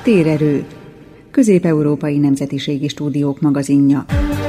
Térerő, Közép-Európai Nemzetiségi Stúdiók magazinja.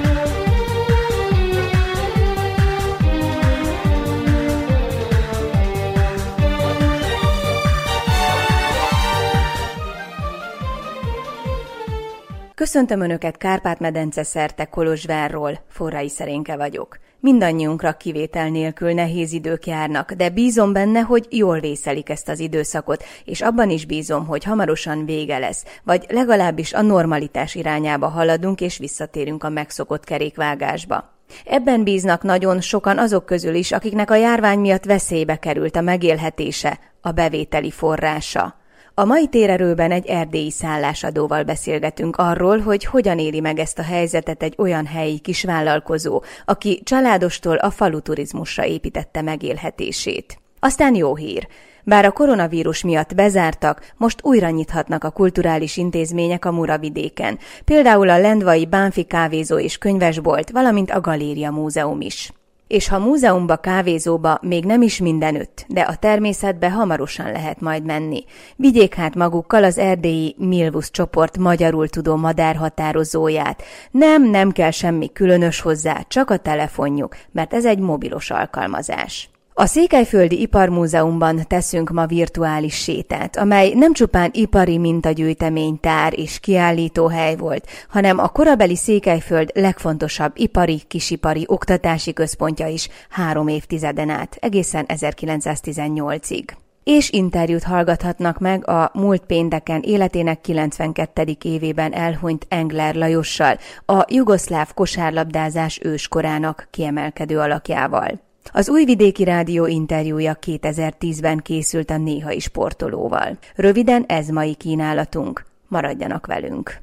Köszöntöm Önöket Kárpát-medence szerte Kolozsvárról, Forrai Szerénke vagyok. Mindannyiunkra kivétel nélkül nehéz idők járnak, de bízom benne, hogy jól vészelik ezt az időszakot, és abban is bízom, hogy hamarosan vége lesz, vagy legalábbis a normalitás irányába haladunk, és visszatérünk a megszokott kerékvágásba. Ebben bíznak nagyon sokan azok közül is, akiknek a járvány miatt veszélybe került a megélhetése, a bevételi forrása. A mai térerőben egy erdélyi szállásadóval beszélgetünk arról, hogy hogyan éli meg ezt a helyzetet egy olyan helyi kisvállalkozó, aki családostól a faluturizmusra építette megélhetését. Aztán jó hír. Bár a koronavírus miatt bezártak, most újra nyithatnak a kulturális intézmények a Muravidéken, például a Lendvai Bánfi kávézó és könyvesbolt, valamint a Galéria Múzeum is. És ha múzeumba, kávézóba még nem is mindenütt, de a természetbe hamarosan lehet majd menni. Vigyék hát magukkal az erdélyi Milvus csoport magyarul tudó madárhatározóját. Nem kell semmi különös hozzá, csak a telefonjuk, mert ez egy mobilos alkalmazás. A Székelyföldi Iparmúzeumban teszünk ma virtuális sétát, amely nem csupán ipari mintagyűjteménytár és kiállítóhely volt, hanem a korabeli Székelyföld legfontosabb ipari, kisipari oktatási központja is 3 évtizeden át, egészen 1918-ig. És interjút hallgathatnak meg a múlt pénteken életének 92. évében elhunyt Engler Lajossal, a jugoszláv kosárlabdázás őskorának kiemelkedő alakjával. Az Újvidéki Rádió interjúja 2010-ben készült a néhai sportolóval. Röviden ez mai kínálatunk. Maradjanak velünk!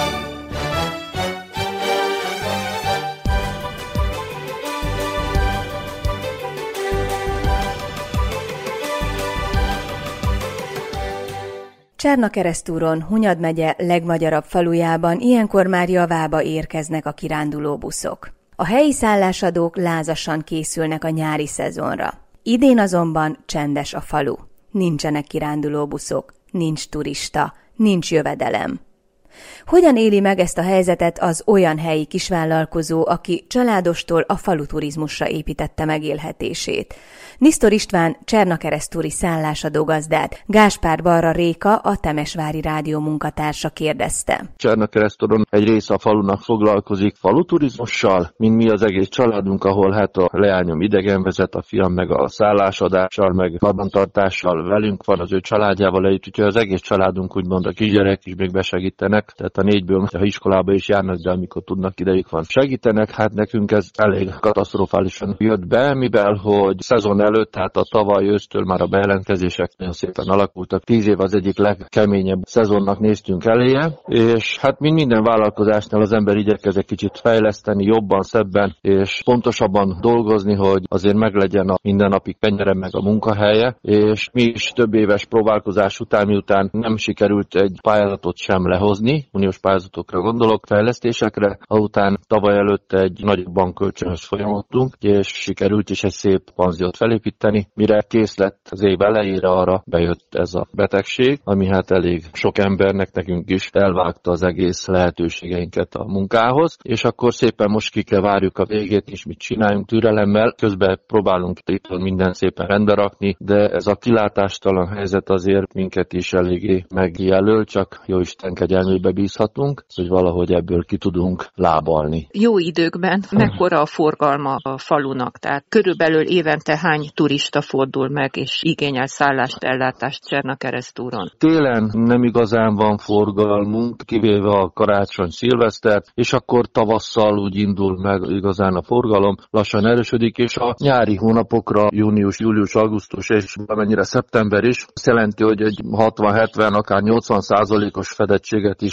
Csernakeresztúron, Hunyad megye legmagyarabb falujában ilyenkor már javába érkeznek a kiránduló buszok. A helyi szállásadók lázasan készülnek a nyári szezonra. Idén azonban csendes a falu. Nincsenek kirándulóbuszok, nincs turista, nincs jövedelem. Hogyan éli meg ezt a helyzetet az olyan helyi kisvállalkozó, aki családostól a faluturizmusra építette megélhetését? Nisztor István csernakeresztúri szállásadó gazdát Gáspár Barra Réka, a Temesvári Rádió munkatársa kérdezte. Csernakeresztúron egy része a falunak foglalkozik faluturizmussal, mint mi az egész családunk, ahol hát a leányom idegenvezet, a fiam meg a szállásadással, meg karbantartással velünk van, az ő családjával együtt, úgyhogy az egész családunk úgymond a kisgyerek is még besegítenek. Tehát a 4-ből, ha iskolába is járnak, de amikor tudnak, idejük van. Segítenek, hát nekünk ez elég katasztrofálisan jött be, mivel hogy szezon előtt, tehát a tavaly ősztől már a bejelentkezések nagyon szépen alakultak. 10 év az egyik legkeményebb szezonnak néztünk eléje, és hát minden vállalkozásnál az ember igyekezik egy kicsit fejleszteni, jobban, szebben és pontosabban dolgozni, hogy azért meglegyen a mindennapi kenyere meg a munkahelye, és mi is több éves próbálkozás után, miután nem sikerült egy pályázatot sem lehozni, uniós pályázatokra gondolok, fejlesztésekre, azután tavaly előtt egy nagyobb bankkölcsönhöz folyamodtunk, és sikerült is egy szép panziót felépíteni. Mire kész lett az év elejére, arra bejött ez a betegség, ami hát elég sok embernek, nekünk is elvágta az egész lehetőségeinket a munkához, és akkor szépen most ki kell várjuk a végét, és mit csináljunk türelemmel, közben próbálunk itt minden szépen rendbe rakni, de ez a kilátástalan helyzet azért minket is eléggé megjelöl, csak jóisten kegyelmébe bízhatunk, hogy valahogy ebből ki tudunk lábalni. Jó időkben mekkora a forgalma a falunak? Tehát körülbelül évente hány turista fordul meg és igényel szállást, ellátást Csernakeresztúron? Télen nem igazán van forgalmunk, kivéve a karácsony, szilvesztert, és akkor tavasszal úgy indul meg igazán a forgalom, lassan erősödik, és a nyári hónapokra, június, július, augusztus és amennyire szeptember is, azt jelenti, hogy egy 60-70, akár 80%-os fedettséget is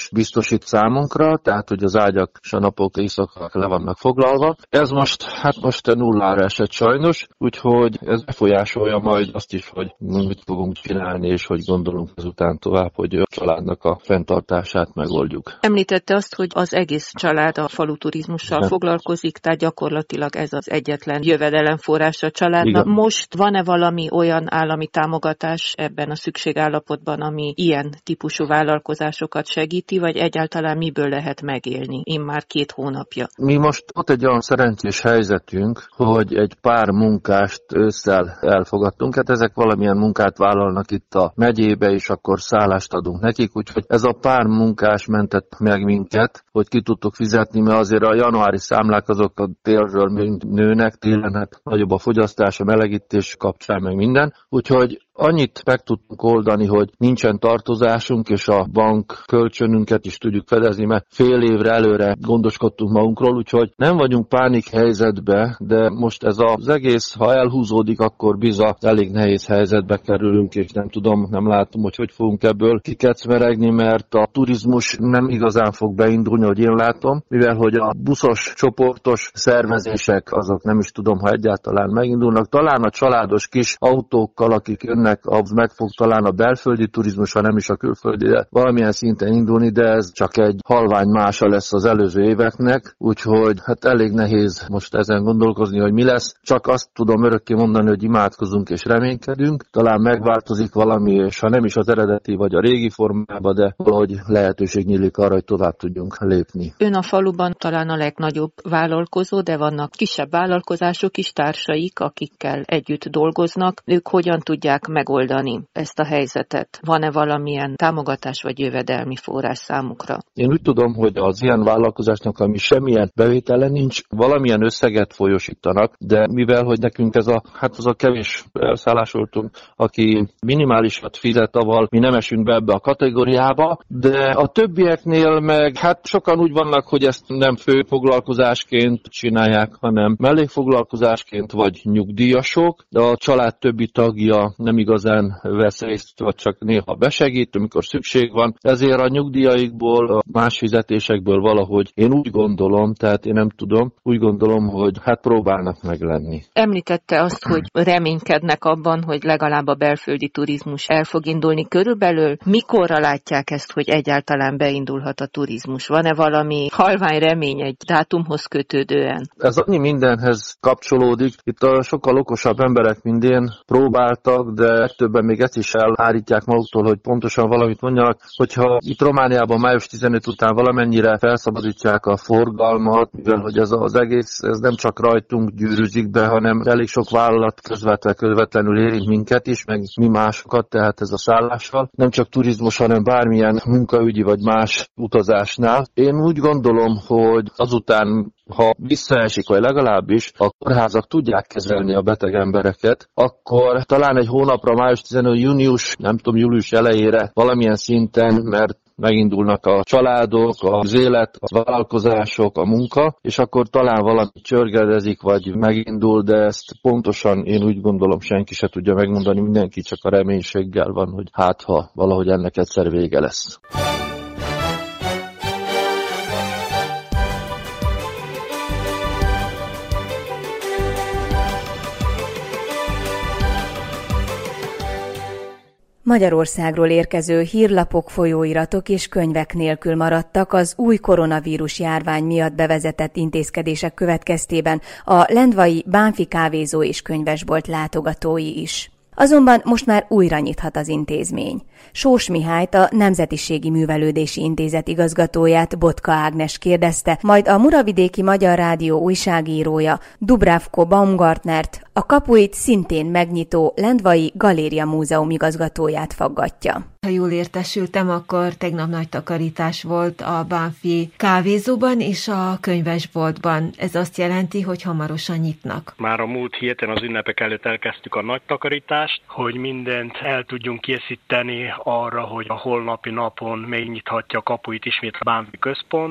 is biztosít számunkra, tehát hogy az ágyak és a napok éjszakák le vannak foglalva. Ez most nullára esett sajnos, úgyhogy ez befolyásolja majd azt is, hogy mit fogunk csinálni, és hogy gondolunk ezután tovább, hogy a családnak a fenntartását megoldjuk. Említette azt, hogy az egész család a faluturizmussal foglalkozik, tehát gyakorlatilag ez az egyetlen jövedelemforrás a családnak. Igen. Most van-e valami olyan állami támogatás ebben a szükségállapotban, ami ilyen típusú vállalkozásokat segíti, vagy egyáltalán miből lehet megélni immár 2 hónapja? Mi most ott egy olyan szerencsés helyzetünk, hogy egy pár munkást ősszel elfogadtunk, hát ezek valamilyen munkát vállalnak itt a megyébe, és akkor szállást adunk nekik, úgyhogy ez a pár munkás mentett meg minket, hogy ki tudtuk fizetni, mert azért a januári számlák azok a télről nőnek, télen hát nagyobb a fogyasztás, a melegítés kapcsán, meg minden, úgyhogy annyit meg tudtunk oldani, hogy nincsen tartozásunk, és a bank kölcsönünket is tudjuk fedezni, mert fél évre előre gondoskodtunk magunkról, úgyhogy nem vagyunk pánik helyzetbe, de most ez az egész, ha elhúzódik, akkor bizony elég nehéz helyzetbe kerülünk, és nem látom, hogy fogunk ebből kikecmeregni, mert a turizmus nem igazán fog beindulni, hogy én látom, mivel hogy a buszos, csoportos szervezések, azok nem is tudom, ha egyáltalán megindulnak. Talán a családos kis autókkal, akik jönnek, az meg fog talán a belföldi turizmus, ha nem is a külföldi, de valamilyen szinten indulni, de ez csak egy halvány mása lesz az előző éveknek, úgyhogy hát elég nehéz most ezen gondolkozni, hogy mi lesz. Csak azt tudom örökké mondani, hogy imádkozunk és reménykedünk. Talán megváltozik valami, és ha nem is az eredeti vagy a régi formában, de valahogy lehetőség nyílik arra, hogy tovább tudjunk lépni. Ön a faluban talán a legnagyobb vállalkozó, de vannak kisebb vállalkozások is, társaik, akikkel együtt dolgoznak. Ők hogyan tudják megoldani ezt a helyzetet? Van-e valamilyen támogatás vagy jövedelmi forrás számukra? Én úgy tudom, hogy az ilyen vállalkozásnak, ami semmilyen bevétele nincs, valamilyen összeget folyósítanak, de mivel, hogy nekünk ez az a kevés elszállásoltunk, aki minimálisat fizet, avval mi nem esünk be ebbe a kategóriába, de a többieknél meg sokan úgy vannak, hogy ezt nem fő foglalkozásként csinálják, hanem mellékfoglalkozásként vagy nyugdíjasok, de a család többi tagja nem igazán vesz részt, vagy csak néha besegít, amikor szükség van. Ezért a nyugdíjaikból, a más fizetésekből valahogy én úgy gondolom, tehát én nem tudom, úgy gondolom, hogy próbálnak meg lenni. Említette azt, hogy reménykednek abban, hogy legalább a belföldi turizmus el fog indulni. Körülbelül mikorra látják ezt, hogy egyáltalán beindulhat a turizmus? Van-e valami halvány remény egy dátumhoz kötődően? Ez annyi mindenhez kapcsolódik. Itt a sokkal okosabb emberek, mint én próbáltak, de többen még ezt is elhárítják maguktól, hogy pontosan valamit mondjanak, hogyha itt Romániában május 15 után valamennyire felszabadítják a forgalmat, mivel hogy ez az egész, ez nem csak rajtunk gyűrűzik be, hanem elég sok vállalat közvetlenül érint minket is, meg mi másokat, tehát ez a szállással. Nem csak turizmus, hanem bármilyen munkaügyi vagy más utazásnál. Én úgy gondolom, hogy azután, ha visszaesik, vagy legalábbis a kórházak tudják kezelni a beteg embereket, akkor talán egy hónapra, május 15, július elejére valamilyen szinten, mert megindulnak a családok, az élet, a vállalkozások, a munka, és akkor talán valami csörgedezik, vagy megindul, de ezt pontosan én úgy gondolom senki se tudja megmondani, mindenki csak a reménységgel van, hogy ha valahogy ennek egyszer vége lesz. Magyarországról érkező hírlapok, folyóiratok és könyvek nélkül maradtak az új koronavírus járvány miatt bevezetett intézkedések következtében a lendvai Bánffy kávézó és könyvesbolt látogatói is. Azonban most már újra nyithat az intézmény. Sós Mihályt, a Nemzetiségi Művelődési Intézet igazgatóját Botka Ágnes kérdezte, majd a Muravidéki Magyar Rádió újságírója Dubravko Baumgartnert, a kapuit szintén megnyitó Lendvai Galéria Múzeum igazgatóját faggatja. Ha jól értesültem, akkor tegnap nagy takarítás volt a Bánffy kávézóban és a könyvesboltban. Ez azt jelenti, hogy hamarosan nyitnak. Már a múlt héten az ünnepek előtt elkezdtük a nagy takarítást, hogy mindent el tudjunk készíteni arra, hogy a holnapi napon megnyithatja a kapuit ismét a Bánffy központ.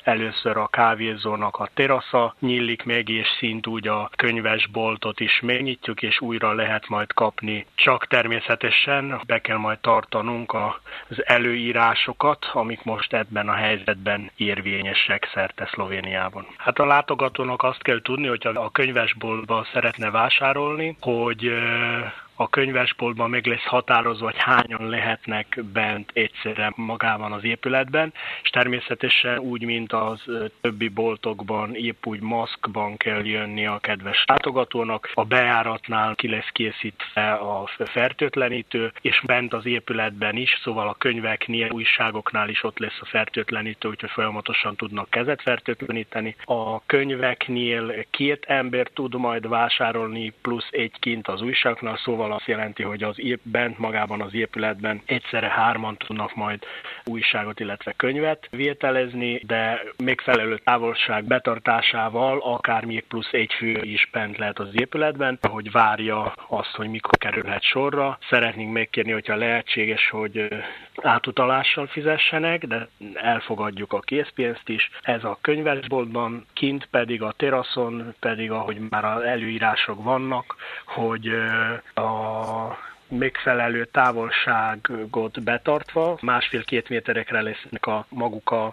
először a kávézónak a terasza nyílik meg, és szintúgy a könyvesboltot is megnyitjuk, és újra lehet majd kapni. Csak természetesen be kell majd tartanunk az előírásokat, amik most ebben a helyzetben érvényesek szerte Szlovéniában. Hát a látogatónak azt kell tudni, hogy a könyvesboltba szeretne vásárolni, hogy a könyvesboltban meg lesz határozva, hogy hányan lehetnek bent egyszerre magában az épületben, és természetesen úgy, mint az többi boltokban, épp úgy maszkban kell jönni a kedves látogatónak. A bejáratnál ki lesz készítve a fertőtlenítő, és bent az épületben is, szóval a könyveknél, újságoknál is ott lesz a fertőtlenítő, úgyhogy folyamatosan tudnak kezet fertőtleníteni. A könyveknél 2 ember tud majd vásárolni, plusz egy kint az újságnál, szóval azt jelenti, hogy bent magában az épületben egyszerre 3-an tudnak majd újságot, illetve könyvet vételezni, de megfelelő távolság betartásával akár még plusz 1 fő is bent lehet az épületben, hogy várja azt, hogy mikor kerülhet sorra. Szeretnénk megkérni, hogyha lehetséges, hogy átutalással fizessenek, de elfogadjuk a készpénzt is. Ez a könyvesboltban, kint pedig a teraszon pedig, ahogy már az előírások vannak, hogy a megfelelő távolságot betartva, 1,5-2 méterekre lesznek maguk a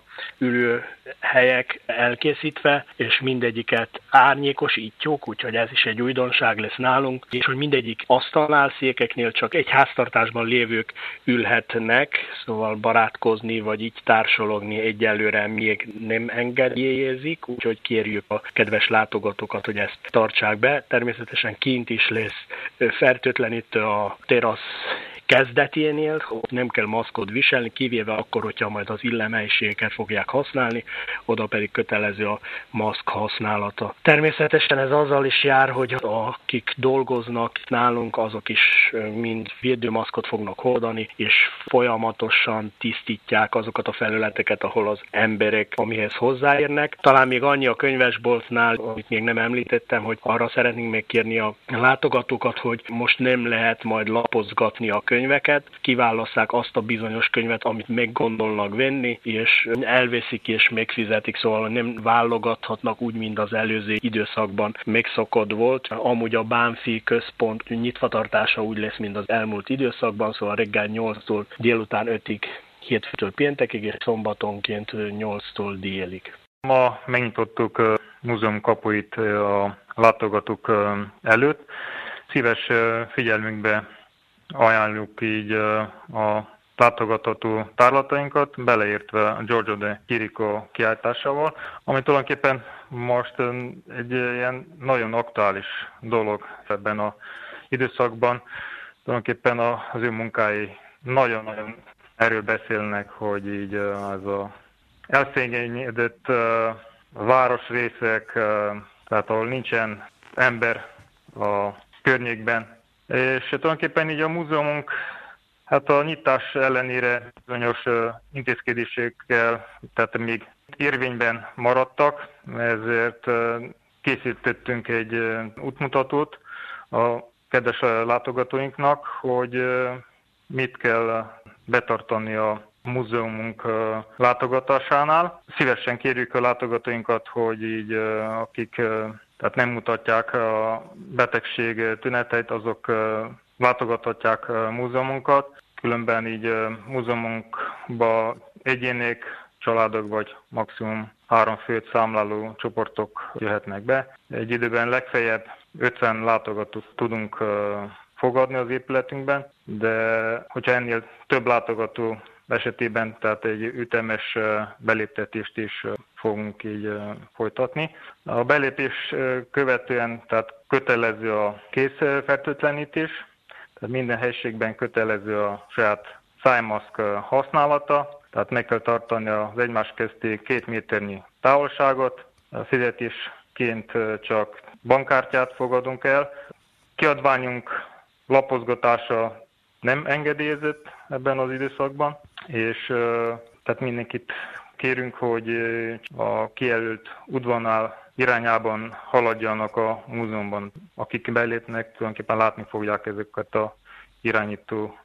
ülőhelyek elkészítve, és mindegyiket árnyékosítjuk, úgyhogy ez is egy újdonság lesz nálunk, és hogy mindegyik asztalnál, székeknél csak egy háztartásban lévők ülhetnek, szóval barátkozni, vagy így társalogni egyelőre még nem engedélyezik, úgyhogy kérjük a kedves látogatókat, hogy ezt tartsák be. Természetesen kint is lesz fertőtlenítő a terasz kezdeténél, ott nem kell maszkot viselni, kivéve akkor, hogyha majd az illemhelyiségeket fogják használni, oda pedig kötelező a maszk használata. Természetesen ez azzal is jár, hogy akik dolgoznak nálunk, azok is mind védőmaszkot fognak hordani, és folyamatosan tisztítják azokat a felületeket, ahol az emberek, amihez hozzáérnek. Talán még annyi a könyvesboltnál, amit még nem említettem, hogy arra szeretnénk megkérni a látogatókat, hogy most nem lehet majd lapozgatni a könyveket, kiválasszák azt a bizonyos könyvet, amit meggondolnak venni, és elveszik és megfizetik, szóval nem válogathatnak úgy, mint az előző időszakban megszokott volt. Amúgy a Bánfi központ nyitvatartása úgy lesz, mint az elmúlt időszakban, szóval reggel 8-tól délután 5-ig, hétfőtől péntekig, és szombatonként 8-tól délig. Ma megnyitottuk a múzeum kapuit a látogatók előtt. Szíves figyelmünkbe ajánljuk így a látogatható tárlatainkat, beleértve a Giorgio de Chirico kiállításával, ami tulajdonképpen most egy ilyen nagyon aktuális dolog ebben az időszakban. Tulajdonképpen az ő munkái nagyon-nagyon erről beszélnek, hogy így az a elszegényedett városrészek, tehát ahol nincsen ember a környékben. És tulajdonképpen így a múzeumunk hát a nyitás ellenére bizonyos intézkedésekkel, tehát még érvényben maradtak, ezért készítettünk egy útmutatót a kedves látogatóinknak, hogy mit kell betartani a múzeumunk látogatásánál. Szívesen kérjük a látogatóinkat, hogy így akik tehát nem mutatják a betegség tüneteit, azok látogathatják múzeumunkat. Különben így múzeumunkba egyének, családok vagy maximum 3 főt számláló csoportok jöhetnek be. Egy időben legfeljebb 50 látogatót tudunk fogadni az épületünkben, de hogyha ennél több látogató esetében, tehát egy ütemes beléptetést is fogunk így folytatni. A belépés követően tehát kötelező a kézfertőtlenítés, tehát minden helységben kötelező a saját szájmaszk használata, tehát meg kell tartani az egymás közti 2 méternyi távolságot, a fizetésként csak bankkártyát fogadunk el. Kiadványunk lapozgatása nem engedélyezett ebben az időszakban, és tehát mindenkit kérünk, hogy a kijelölt útvonal irányában haladjanak a múzeumban. Akik belépnek, tulajdonképpen látni fogják ezeket a irányító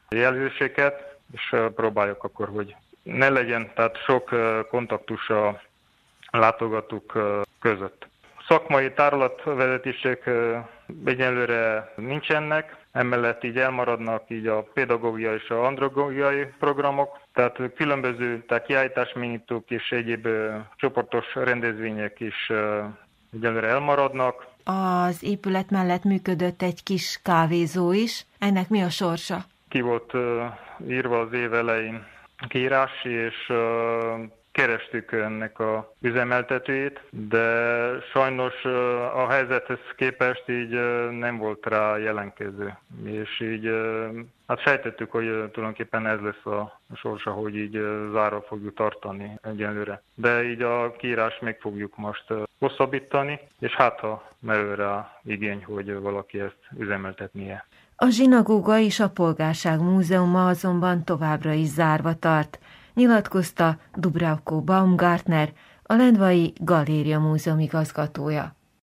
jelzéseket, és próbáljuk akkor, hogy ne legyen tehát sok kontaktus a látogatók között. Szakmai tárlatvezetések egyelőre nincsenek, emellett így elmaradnak így a pedagógiai és a andragógiai programok, tehát különböző kiállításmegnyitók és egyéb csoportos rendezvények is egyelőre elmaradnak. Az épület mellett működött egy kis kávézó is. Ennek mi a sorsa? Ki volt írva az év elején kiírás, és kerestük ennek a üzemeltetőjét, de sajnos a helyzethez képest így nem volt rá jelentkező. És így hát sejtettük, hogy tulajdonképpen ez lesz a sorsa, hogy így zárva fogjuk tartani egyelőre. De így a kiírás meg fogjuk most hosszabbítani, és hát ha merül rá igény, hogy valaki ezt üzemeltetnie. A zsinagóga és a Polgárság Múzeuma azonban továbbra is zárva tart, nyilatkozta Dubravko Baumgartner, a Lendvai Galéria Múzeum igazgatója.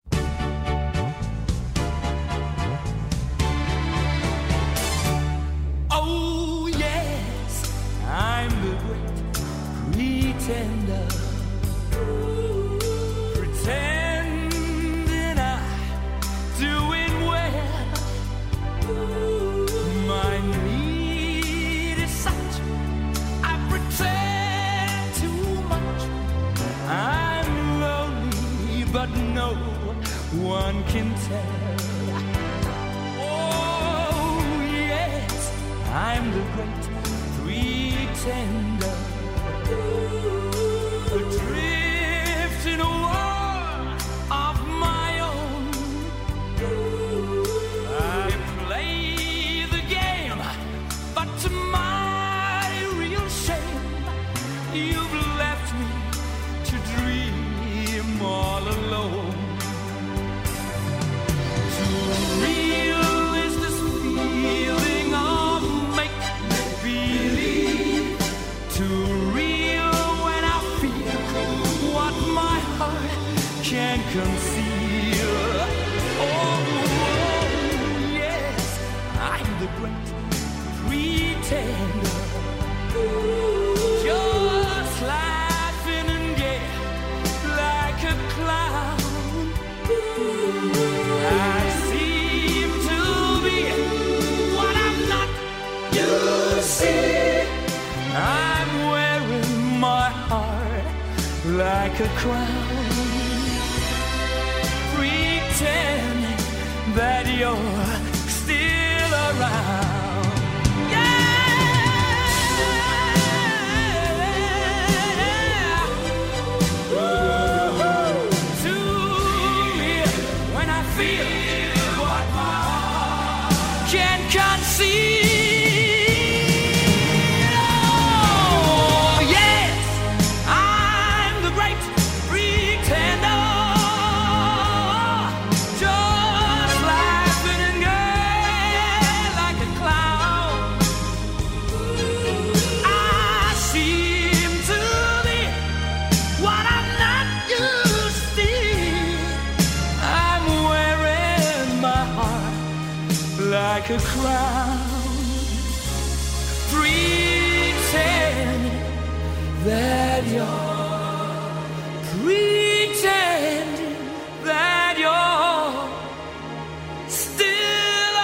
Oh yes, I'm the great pretender, pretending I'm doing well. My need is such, I pretend too much. I'm lonely, but no one can tell. Oh yes, I'm the great pretender, adrift in a world of my own. I play the game, but to my real shame, you've left me to dream all alone. Too real is this feeling of make-believe. Too real when I feel what my heart can't conceal. Oh, yes, I'm the great pretender, just laughing and gay like a clown. I seem to be what I'm not, you see. I'm wearing my heart like a crown, pretending that you're still around. Yeah. To me, when I feel what my heart can conceive. Like a crown, pretend that you're, pretending that you're still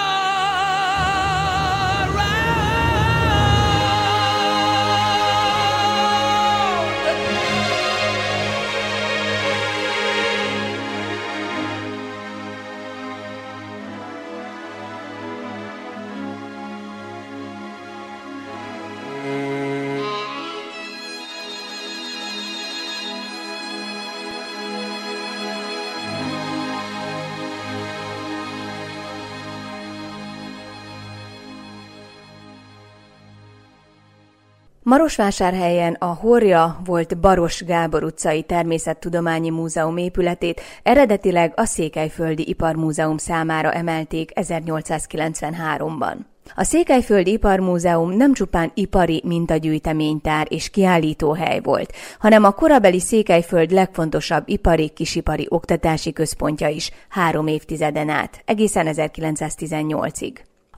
Marosvásárhelyen a Horia volt Baros Gábor utcai Természettudományi Múzeum épületét eredetileg a Székelyföldi Iparmúzeum számára emelték 1893-ban. A Székelyföldi Iparmúzeum nem csupán ipari mintagyűjteménytár és kiállítóhely volt, hanem a korabeli Székelyföld legfontosabb ipari-kisipari oktatási központja is 3 évtizeden át, egészen 1918-ig.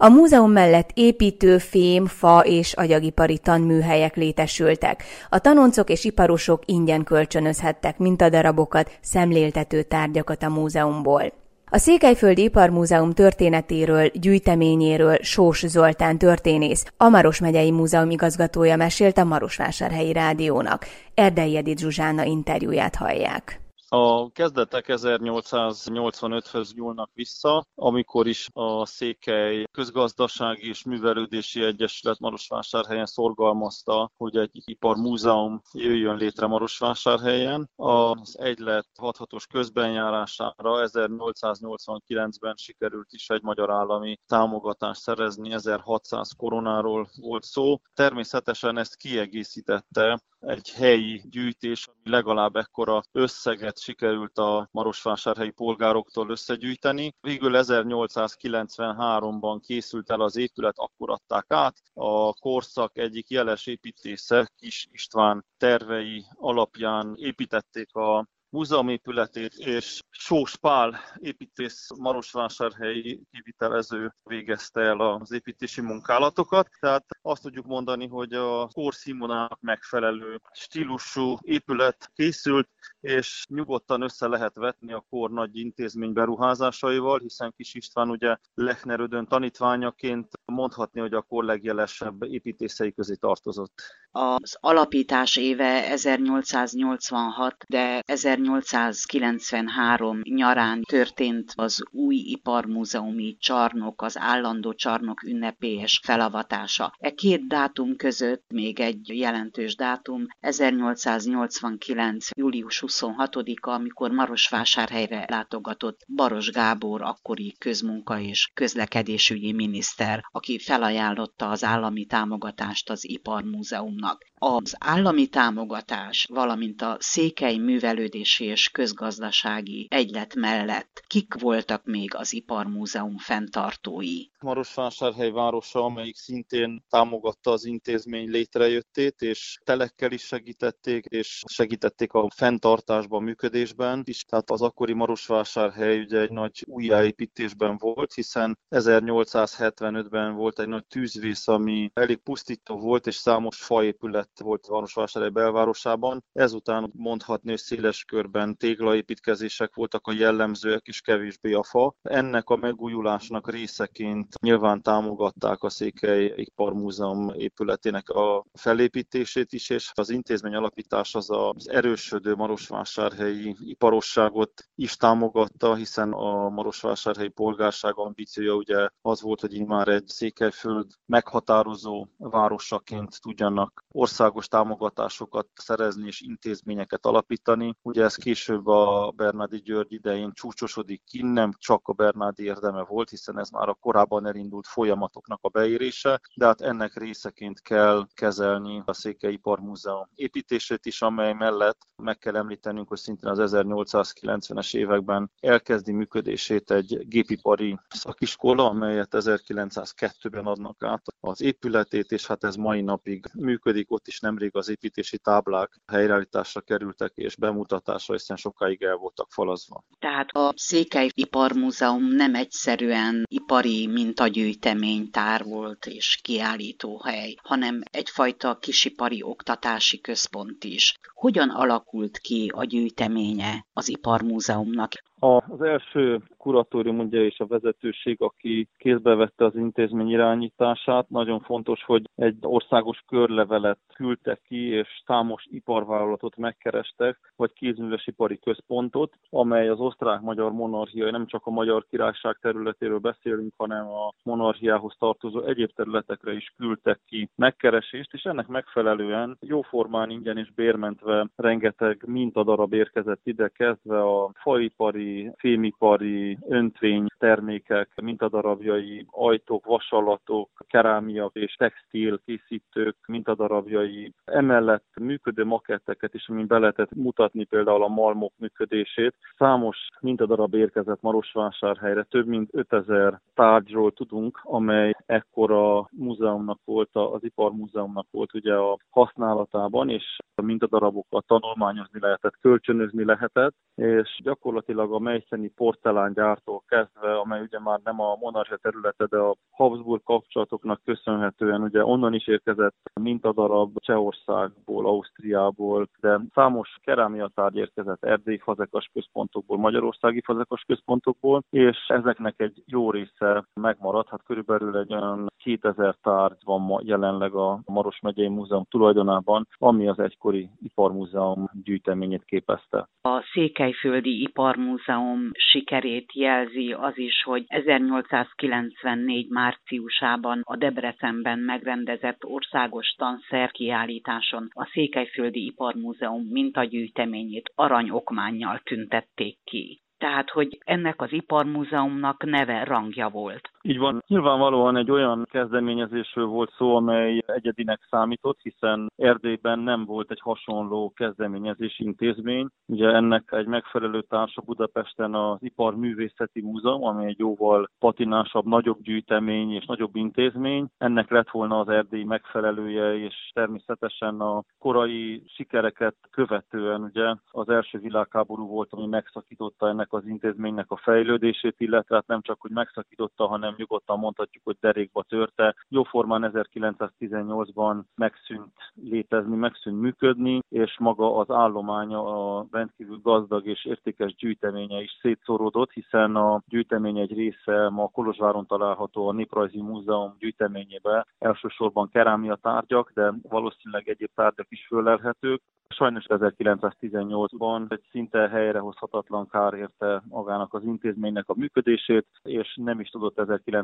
A múzeum mellett építő, fém, fa és agyagipari tanműhelyek létesültek. A tanoncok és iparosok ingyen kölcsönözhettek mintadarabokat, szemléltető tárgyakat a múzeumból. A Székelyföldi Iparmúzeum történetéről, gyűjteményéről Sós Zoltán történész, a Maros megyei múzeum igazgatója mesélt a Marosvásárhelyi Rádiónak. Erdei Edith Zsuzsána interjúját hallják. A kezdetek 1885-höz nyúlnak vissza, amikor is a Székely Közgazdasági és Művelődési Egyesület Marosvásárhelyen szorgalmazta, hogy egy iparmúzeum jöjjön létre Marosvásárhelyen. Az egylet 6-6-os közbenjárására 1889-ben sikerült is egy magyar állami támogatást szerezni, 1600 koronáról volt szó. Természetesen ezt kiegészítette egy helyi gyűjtés, ami legalább ekkora összeget sikerült a marosvásárhelyi polgároktól összegyűjteni. Végül 1893-ban készült el az épület, akkor adták át. A korszak egyik jeles építésze, Kis István tervei alapján építették a múzeum épületét, és Sós Pál építész marosvásárhelyi kivitelező végezte el az építési munkálatokat. Tehát azt tudjuk mondani, hogy a korszínvonalának megfelelő stílusú épület készült, és nyugodtan össze lehet vetni a kor nagy intézmény beruházásaival, hiszen Kis István ugye Lechner Ödön tanítványaként mondhatni, hogy a kor legjelesebb építészei közé tartozott. Az alapítás éve 1886, de 1893 nyarán történt az új iparmúzeumi csarnok, az állandó csarnok ünnepélyes felavatása. E két dátum között még egy jelentős dátum, 1889. július 26-a, amikor Marosvásárhelyre látogatott Baros Gábor, akkori közmunka- és közlekedésügyi miniszter, aki felajánlotta az állami támogatást az iparmúzeumnak. Az állami támogatás, valamint a Székely Művelődési és Közgazdasági Egylet mellett kik voltak még az Iparmúzeum fenntartói? Marosvásárhely városa, amelyik szintén támogatta az intézmény létrejöttét, és telekkel is segítették a fenntartásban, működésben is. Tehát az akkori Marosvásárhely ugye egy nagy újjáépítésben volt, hiszen 1875-ben volt egy nagy tűzvész, ami elég pusztító volt, és számos faépület volt Marosvásárhely belvárosában. Ezután mondhatni, hogy széles körben téglaépítkezések voltak a jellemzőek, és kevésbé a fa. Ennek a megújulásnak részeként nyilván támogatták a Székely Iparmúzeum épületének a felépítését is, és az intézmény alapítás az erősödő marosvásárhelyi iparosságot is támogatta, hiszen a marosvásárhelyi polgárság ambíciója ugye az volt, hogy immár egy Székelyföld meghatározó városaként tudjanak országos támogatásokat szerezni és intézményeket alapítani. Ugye ez később a Bernádi György idején csúcsosodik ki, nem csak a Bernádi érdeme volt, hiszen ez már a korábban elindult folyamatoknak a beérése, de hát ennek részeként kell kezelni a Székely Iparmúzeum építését is, amely mellett meg kell említenünk, hogy szintén az 1890-es években elkezdi működését egy gépipari szakiskola, amelyet 1902-ben adnak át az épületét, és hát ez mai napig működik, ott is nemrég az építési táblák helyreállításra kerültek és bemutatásra, hiszen sokáig el voltak falazva. Tehát a Székely Iparmúzeum nem egyszerűen ipari mintagyűjteménytár volt és kiállítóhely, hanem egyfajta kisipari oktatási központ is. Hogyan alakult ki a gyűjteménye az Iparmúzeumnak? Az első kuratórium ugye és a vezetőség, aki kézbe vette az intézmény irányítását, nagyon fontos, hogy egy országos körlevelet küldtek ki, és számos iparvállalatot megkerestek, vagy kézműves ipari központot, amely az osztrák-magyar monarchia, nem csak a Magyar Királyság területéről beszélünk, hanem a monarchiához tartozó egyéb területekre is küldtek ki megkeresést, és ennek megfelelően jóformán ingyen és bérmentve rengeteg mintadarab érkezett ide, kezdve a faipari, fémipari, öntvény termékek, mintadarabjai, ajtók, vasallatok, kerámia és textil készítők mintadarabjai. Emellett működő maketteket is, amin be lehetett mutatni például a malmok működését. Számos mintadarab érkezett Marosvásárhelyre, több mint 5000 tárgyról tudunk, amely ekkor a múzeumnak volt, az Iparmúzeumnak volt ugye a használatában, és a mintadarabokat tanulmányozni lehetett, kölcsönözni lehetett, és gyakorlatilag a meiszeni porcelángyártól kezdve, amely ugye már nem a monarchia területe, de a Habsburg kapcsolatoknak köszönhetően ugye onnan is érkezett mintadarab Csehországból, Ausztriából, de számos kerámiatárgy érkezett erdélyi fazekas központokból, magyarországi fazekas központokból, és ezeknek egy jó része megmaradt, hát körülbelül egy olyan 2000 tárgy van jelenleg a Maros megyei múzeum tulajdonában, ami az egykori iparmúzeum gyűjteményét képezte. A Székelyföldi Iparmúzeum sikerét jelzi az is, hogy 1894 márciusában a Debrecenben megrendezett országos tanszerkiállításon a Székelyföldi Iparmúzeum mintagyűjteményét aranyokmánnyal tüntették ki. Tehát, hogy ennek az iparmúzeumnak neve, rangja volt. Így van. Nyilvánvalóan egy olyan kezdeményezésről volt szó, amely egyedinek számított, hiszen Erdélyben nem volt egy hasonló kezdeményezési intézmény. Ugye ennek egy megfelelő társa Budapesten az Iparművészeti Múzeum, ami egy jóval patinásabb, nagyobb gyűjtemény és nagyobb intézmény. Ennek lett volna az erdélyi megfelelője, és természetesen a korai sikereket követően ugye az első világháború volt, ami megszakította ennek az intézménynek a fejlődését, illetve hát nem csak, hogy megszakította, hanem nyugodtan mondhatjuk, hogy derékba törte. Jóformán 1918-ban megszűnt létezni, megszűnt működni, és maga az állománya, a rendkívül gazdag és értékes gyűjteménye is szétszóródott, hiszen a gyűjtemény egy része ma Kolozsváron található a Néprajzi Múzeum gyűjteményébe, elsősorban kerámia tárgyak, de valószínűleg egyéb tárgyak is fölelhetők. Sajnos 1918-ban egy szinte helyrehozhatatlan kár érte magának az intézménynek a működését, és nem is tudott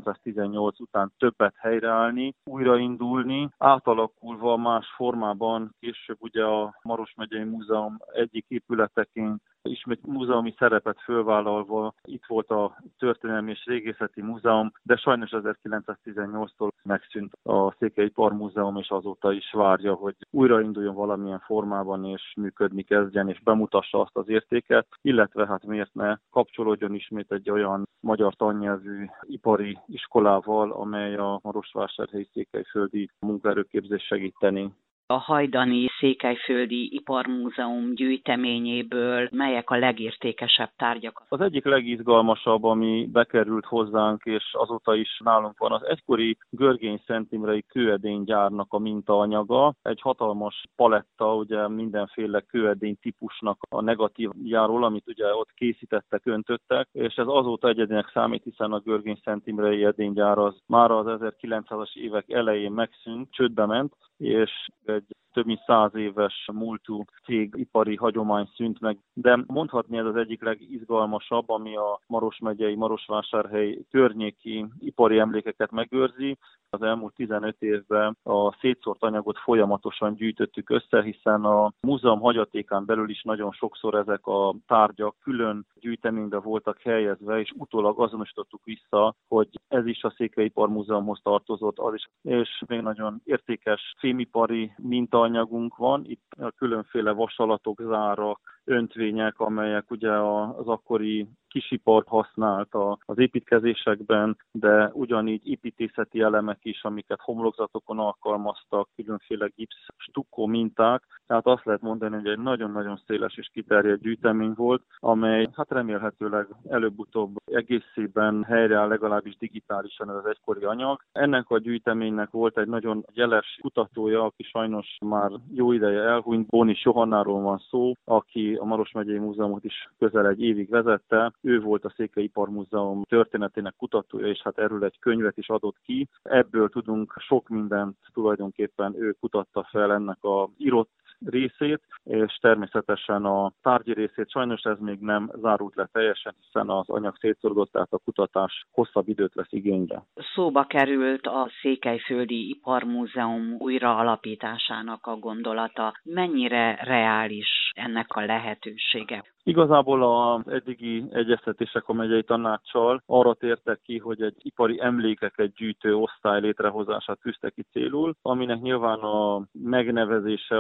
1918 után többet helyreállni, újraindulni, átalakulva más formában. Később ugye a Maros megyei múzeum egyik épületeként ismét múzeumi szerepet fölvállalva itt volt a Történelmi és Régészeti Múzeum, de sajnos 1918-tól megszűnt a Székely Iparmúzeum, és azóta is várja, hogy újrainduljon valamilyen formában, és működni kezdjen, és bemutassa azt az értéket, illetve hát miért ne kapcsolódjon ismét egy olyan magyar tannyelvű ipari iskolával, amely a marosvásárhelyi székelyföldi munkaerőképzést segíteni. A hajdani Székelyföldi Iparmúzeum gyűjteményéből melyek a legértékesebb tárgyak? Az egyik legizgalmasabb, ami bekerült hozzánk, és azóta is nálunk van, az egykori Görgény-Szent Imrei kőedénygyárnak a mintaanyaga. Egy hatalmas paletta, ugye mindenféle kőedény típusnak a negatívjáról, amit ugye ott készítettek, öntöttek, és ez azóta egyedinek számít, hiszen a Görgény-Szent Imrei edénygyár az már az 1900-as évek elején megszűnt, csődbe ment, és egy több mint 100 éves múltú cég ipari hagyomány szűnt meg, de mondhatni ez az egyik legizgalmasabb, ami a Maros megyei, Marosvásárhely környéki ipari emlékeket megőrzi. Az elmúlt 15 évben a szétszórt anyagot folyamatosan gyűjtöttük össze, hiszen a múzeum hagyatékán belül is nagyon sokszor ezek a tárgyak külön gyűjteménybe voltak helyezve, és utólag azonosítottuk vissza, hogy ez is a Székely Iparmúzeumhoz tartozott, az is, és még nagyon értékes fémipari mintaanyagunk van, itt a különféle vasalatok, zárak, öntvények, amelyek ugye az akkori kisipar használta az építkezésekben, de ugyanígy építészeti elemek is, amiket homlokzatokon alkalmaztak, különféle gipsz, stukkó minták. Tehát azt lehet mondani, hogy egy nagyon-nagyon széles és kiterjedt gyűjtemény volt, amely hát remélhetőleg előbb-utóbb egészében helyreáll, legalábbis digitálisan ez az egykori anyag. Ennek a gyűjteménynek volt egy nagyon jeles kutatója, aki sajnos már jó ideje elhunyt, Bónis Johannáról van szó, aki a Maros megyei múzeumot is közel egy évig vezette. Ő volt a Székely Iparmúzeum történetének kutatója, és hát erről egy könyvet is adott ki. Ebből tudunk sok mindent, tulajdonképpen ő kutatta fel ennek a írott részét, és természetesen a tárgyi részét. Sajnos ez még nem zárult le teljesen, hiszen az anyag szétszórodott, tehát a kutatás hosszabb időt vesz igénybe. Szóba került a Székelyföldi Iparmúzeum újraalapításának a gondolata. Mennyire reális ennek a lehetősége? Igazából az eddigi egyeztetések a megyei tanácssal arra tértek ki, hogy egy ipari emlékeket gyűjtő osztály létrehozását tűzte ki célul, aminek nyilván a megnevezése az lenne,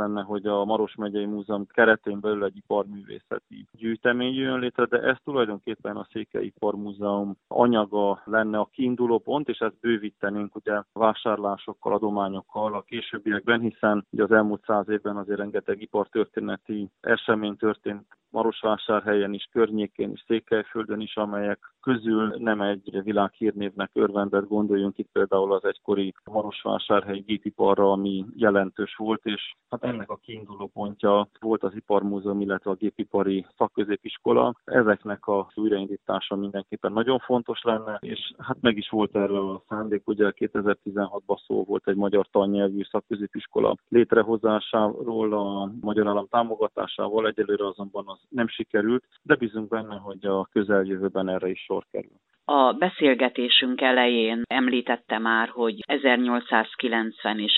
lenne, hogy a Maros megyei múzeum keretén belül egy iparművészeti gyűjtemény jön létre, de ez tulajdonképpen a Székely Iparmúzeum anyaga lenne a kiinduló pont, és ezt bővítenénk ugye vásárlásokkal, adományokkal a későbbiekben, hiszen ugye az elmúlt 100 évben azért rengeteg ipartörténeti esemény történt Marosvásárhelyen is, környékén is, Székelyföldön is, amelyek közül nem egy világhírnévnek örvendett, gondoljunk itt például az egykori marosvásárhelyi gépiparra, ami jelentős volt, és hát ennek a kiinduló pontja volt az Iparmúzeum, illetve a Gépipari Szakközépiskola. Ezeknek a újraindítása mindenképpen nagyon fontos lenne, és hát meg is volt erről a szándék, ugye 2016-ban szó volt egy magyar tannyelvű szakközépiskola létrehozásáról, a magyar állam támogatásával, egyelőre azonban az nem sikerült, de bízunk benne, hogy a közeljövőben erre is sor kerül. A beszélgetésünk elején említette már, hogy 1890 és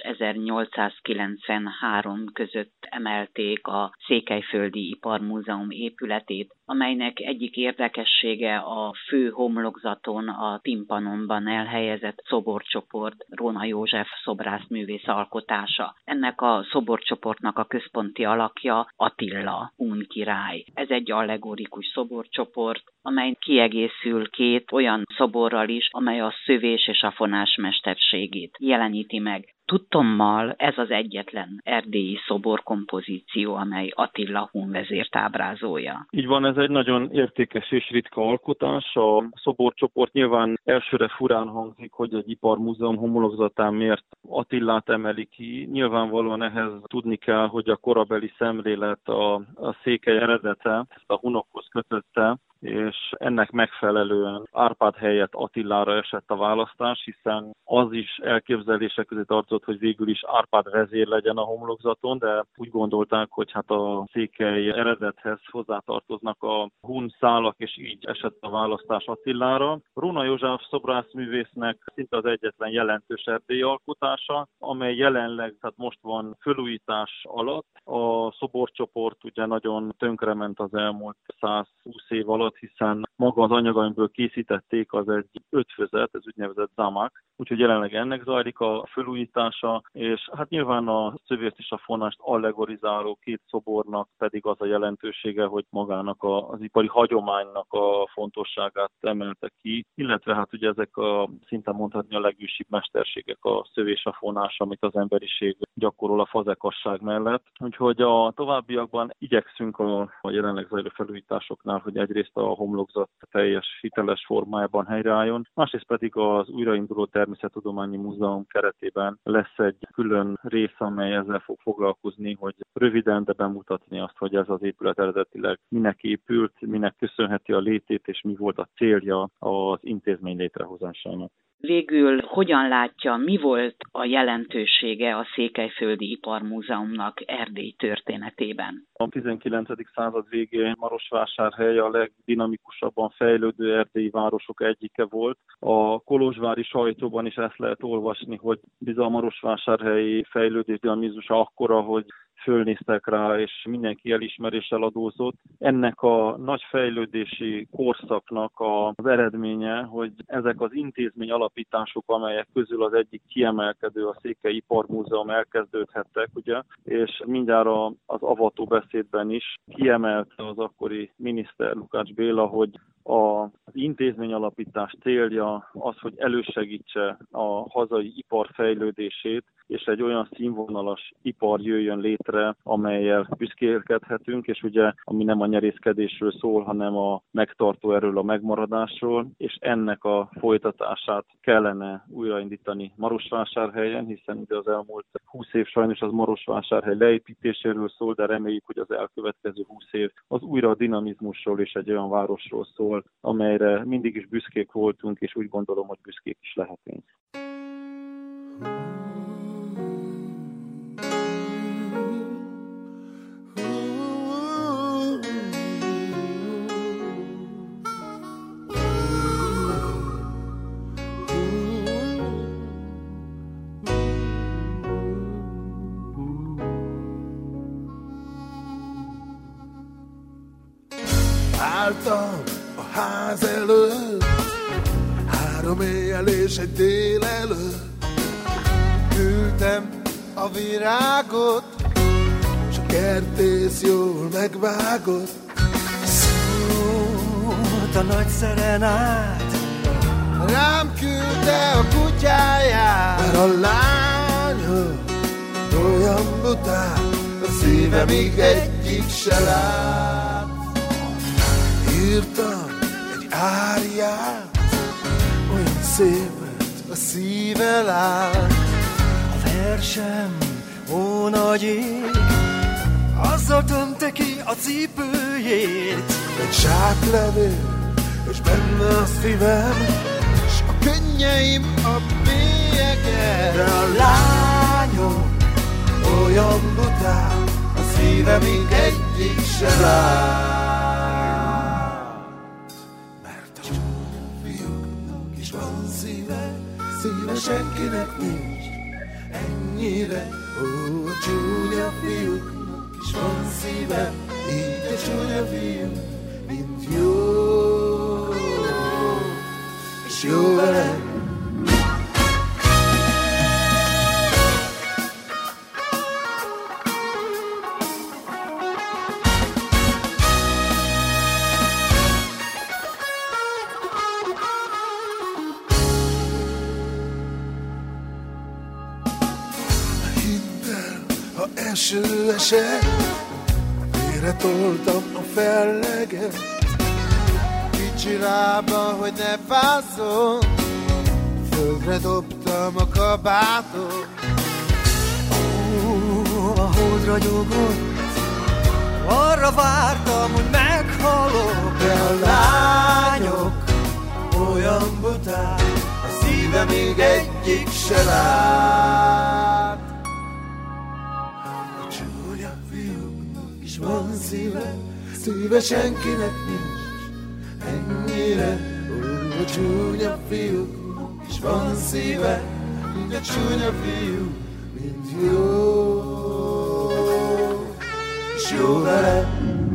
1893 között emelték a Székelyföldi Iparmúzeum épületét, amelynek egyik érdekessége a fő homlokzaton, a timpanonban elhelyezett szoborcsoport, Róna József szobrászművész alkotása. Ennek a szoborcsoportnak a központi alakja Attila hun király. Ez egy allegorikus szoborcsoport, amely kiegészül két olyan szoborral is, amely a szövés és a fonás mesterségét jeleníti meg. Tudtommal ez az egyetlen erdélyi szoborkompozíció, amely Attila hun vezért ábrázolja. Így van, ez egy nagyon értékes és ritka alkotás. A szoborcsoport nyilván elsőre furán hangzik, hogy egy iparmúzeum homlokzatán miért Attilát emeli ki. Nyilvánvalóan ehhez tudni kell, hogy a korabeli szemlélet a székely eredete, a hunokhoz kötötte, és ennek megfelelően Árpád helyett Attilára esett a választás, hiszen az is elképzelések közé tartozott, hogy végül is Árpád vezér legyen a homlokzaton, de úgy gondolták, hogy hát a székely eredethez hozzátartoznak a hun szálak, és így esett a választás Attilára. Róna József szobrászművésznek szinte az egyetlen jelentős erdélyi alkotása, amely jelenleg, tehát most van felújítás alatt. A szoborcsoport ugye nagyon tönkrement az elmúlt 120 év alatt, hiszen maga az anyag, amiből készítették, az egy ötvözet, ez úgynevezett zamak, úgyhogy jelenleg ennek zajlik a felújítása, és hát nyilván a szövést és a fonást allegorizáló két szobornak pedig az a jelentősége, hogy magának az ipari hagyománynak a fontosságát emelte ki, illetve hát ugye ezek szinte mondhatni a legősibb mesterségek, a szövés, a fonás, amit az emberiség gyakorol a fazekasság mellett. Úgyhogy a továbbiakban igyekszünk a jelenleg zajló felújításoknál, hogy egyrészt a homlokzat teljes hiteles formájában helyreálljon, másrészt pedig az újrainduló Természettudományi Múzeum keretében lesz egy külön rész, amely ezzel fog foglalkozni, hogy röviden, de bemutatni azt, hogy ez az épület eredetileg minek épült, minek köszönheti a létét, és mi volt a célja az intézmény létrehozásának. Végül hogyan látja, mi volt a jelentősége a Székelyföldi Iparmúzeumnak Erdély történetében? A 19. század végén Marosvásárhely a legdinamikusabban fejlődő erdélyi városok egyike volt. A kolozsvári sajtóban is ezt lehet olvasni, hogy bizony a marosvásárhelyi fejlődés dinamizmusa akkora, hogy fölnéztek rá, és mindenki elismeréssel adózott. Ennek a nagy fejlődési korszaknak az eredménye, hogy ezek az intézmény alapítások, amelyek közül az egyik kiemelkedő, a Székely Iparmúzeum elkezdődhettek, ugye, és mindjárt az avató beszédben is kiemelte az akkori miniszter Lukács Béla, hogy az intézmény alapítás célja az, hogy elősegítse a hazai ipar fejlődését, és egy olyan színvonalas ipar jöjjön létre, amellyel büszkélkedhetünk, és ugye, ami nem a nyerészkedésről szól, hanem a megtartó erről, a megmaradásról, és ennek a folytatását kellene újraindítani Marosvásárhelyen, hiszen ugye az elmúlt 20 év sajnos az Marosvásárhely leépítéséről szól, de reméljük, hogy az elkövetkező 20 év az újra a dinamizmusról és egy olyan városról szól, amelyre mindig is büszkék voltunk, és úgy gondolom, hogy büszkék is lehetünk. Álltam a ház előtt, 3 éjjel és egy délelőtt. Ültem a virágot, kertész jól megvágott. Szólt a nagy szerenát, rám küldte a kutyáját, mert a lánya olyan bután, a szíve még egyik se lát. Írtam egy áriát, olyan szépet a szíve lát. a versem, ó nagy ég, azzal tömte ki a cipőjét. Egy zsáklevél, és benne a szívem, és a könnyeim a bélyegen. De a lányom olyan bután, a szíve még egyik se lát. Mert a fiúknak is van szíve, szíve senkinek nincs ennyire. Ó, a csúnya fiúknak is van szíve, így a csúnya fiú, mint jó, és jó vele. Eső esett, félretoltam a felleget, kicsi lába, hogy ne fázzon, földre dobtam a kabátot. A hold ragyogott, arra vártam, hogy meghalok. De a lányok olyan buták, a szíve még egyik se lát. Van szíve, szíve senkinek nincs ennyire. Ó, a csúnya fiúknak is van szíve, mint a csúnya fiú, mint jó, és jó vele.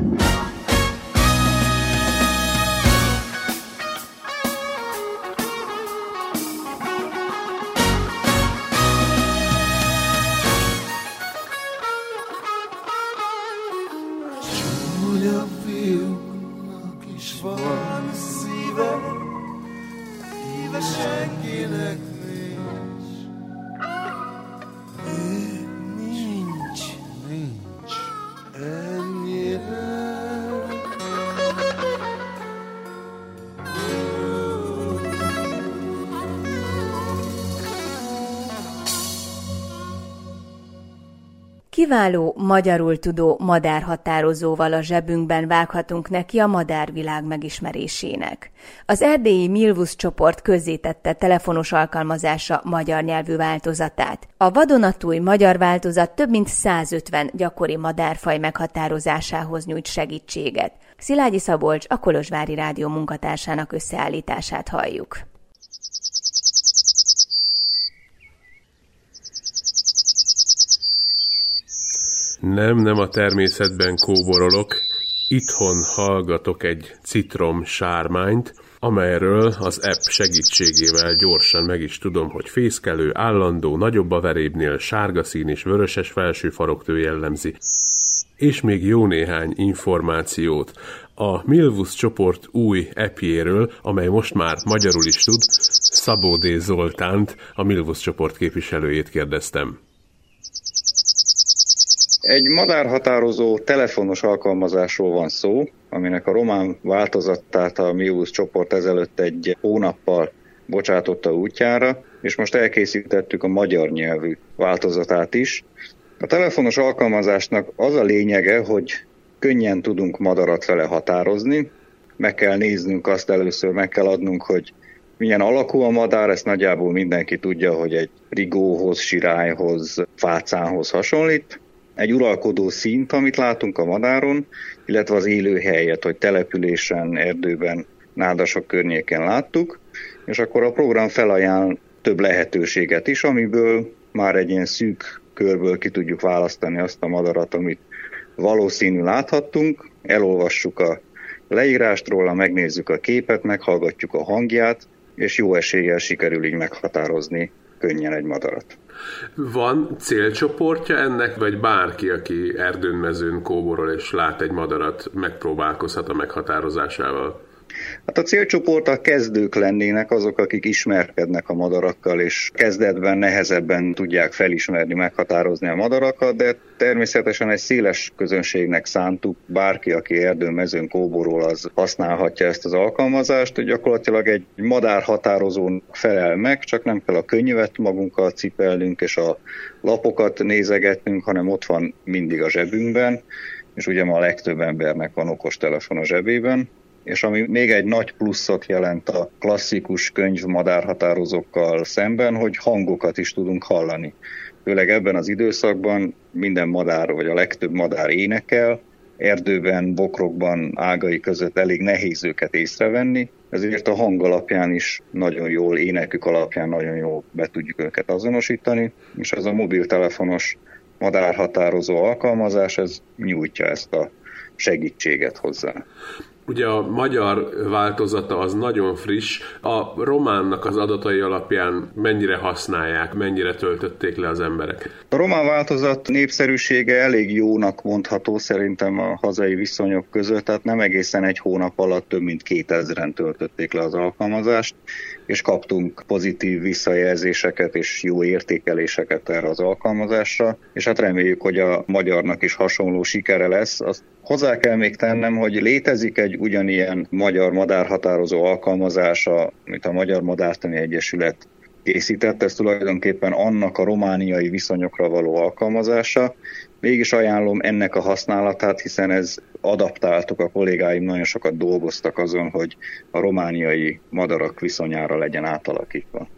Kiváló, magyarul tudó madárhatározóval a zsebünkben vághatunk neki a madárvilág megismerésének. Az erdélyi Milvus csoport közzétette telefonos alkalmazása magyar nyelvű változatát. A vadonatúj magyar változat több mint 150 gyakori madárfaj meghatározásához nyújt segítséget. Szilágyi Szabolcs, a Kolozsvári Rádió munkatársának összeállítását halljuk. Nem a természetben kóborolok, itthon hallgatok egy citrom sármányt, amelyről az app segítségével gyorsan meg is tudom, hogy fészkelő, állandó, nagyobb a verébnél, sárga szín és vöröses felső faroktő jellemzi. És még jó néhány információt a Milvus csoport új appjéről, amely most már magyarul is tud. Szabó D. Zoltánt, a Milvus csoport képviselőjét kérdeztem. Egy madárhatározó telefonos alkalmazásról van szó, aminek a román változatát a Milvus csoport ezelőtt egy hónappal bocsátotta útjára, és most elkészítettük a magyar nyelvű változatát is. A telefonos alkalmazásnak az a lényege, hogy könnyen tudunk madarat vele határozni. Meg kell néznünk azt először, meg kell adnunk, hogy milyen alakú a madár, ezt nagyjából mindenki tudja, hogy egy rigóhoz, sirályhoz, fácánhoz hasonlít. Egy uralkodó színt, amit látunk a madáron, illetve az élőhelyet, hogy településen, erdőben, nádasok környéken láttuk, és akkor a program felajánl több lehetőséget is, amiből már egy ilyen szűk körből ki tudjuk választani azt a madarat, amit valószínű láthattunk, elolvassuk a leírást róla, megnézzük a képet, meghallgatjuk a hangját, és jó eséllyel sikerül így meghatározni könnyen egy madarat. Van célcsoportja ennek, vagy bárki, aki erdőn, mezőn kóborol és lát egy madarat, megpróbálkozhat a meghatározásával? Hát a célcsoport a kezdők lennének, azok, akik ismerkednek a madarakkal, és kezdetben nehezebben tudják felismerni, meghatározni a madarakat, de természetesen egy széles közönségnek szántuk, bárki, aki erdőn, mezőn kóborol, az használhatja ezt az alkalmazást, hogy gyakorlatilag egy madárhatározónak felel meg, csak nem kell a könyvet magunkkal cipelnünk, és a lapokat nézegetnünk, hanem ott van mindig a zsebünkben, és ugye ma a legtöbb embernek van okostelefon a zsebében. És ami még egy nagy pluszot jelent a klasszikus könyv madárhatározókkal szemben, hogy hangokat is tudunk hallani. Főleg ebben az időszakban minden madár, vagy a legtöbb madár énekel, erdőben, bokrokban, ágai között elég nehéz őket észrevenni, ezért a hang alapján is nagyon jól, énekük alapján nagyon jól be tudjuk őket azonosítani, és ez a mobiltelefonos madárhatározó alkalmazás, ez nyújtja ezt a segítséget hozzá. Ugye a magyar változata az nagyon friss. A románnak az adatai alapján mennyire használják, mennyire töltötték le az emberek? A román változat népszerűsége elég jónak mondható szerintem a hazai viszonyok között, tehát nem egészen egy hónap alatt több mint 2000-en töltötték le az alkalmazást, és kaptunk pozitív visszajelzéseket és jó értékeléseket erre az alkalmazásra, és hát reméljük, hogy a magyarnak is hasonló sikere lesz. Azt hozzá kell még tennem, hogy létezik egy ugyanilyen magyar madárhatározó alkalmazása, amit a Magyar Madártani Egyesület készített, ez tulajdonképpen annak a romániai viszonyokra való alkalmazása. Mégis ajánlom ennek a használatát, hiszen ez adaptáltuk, a kollégáim nagyon sokat dolgoztak azon, hogy a romániai madarak viszonyára legyen átalakítva.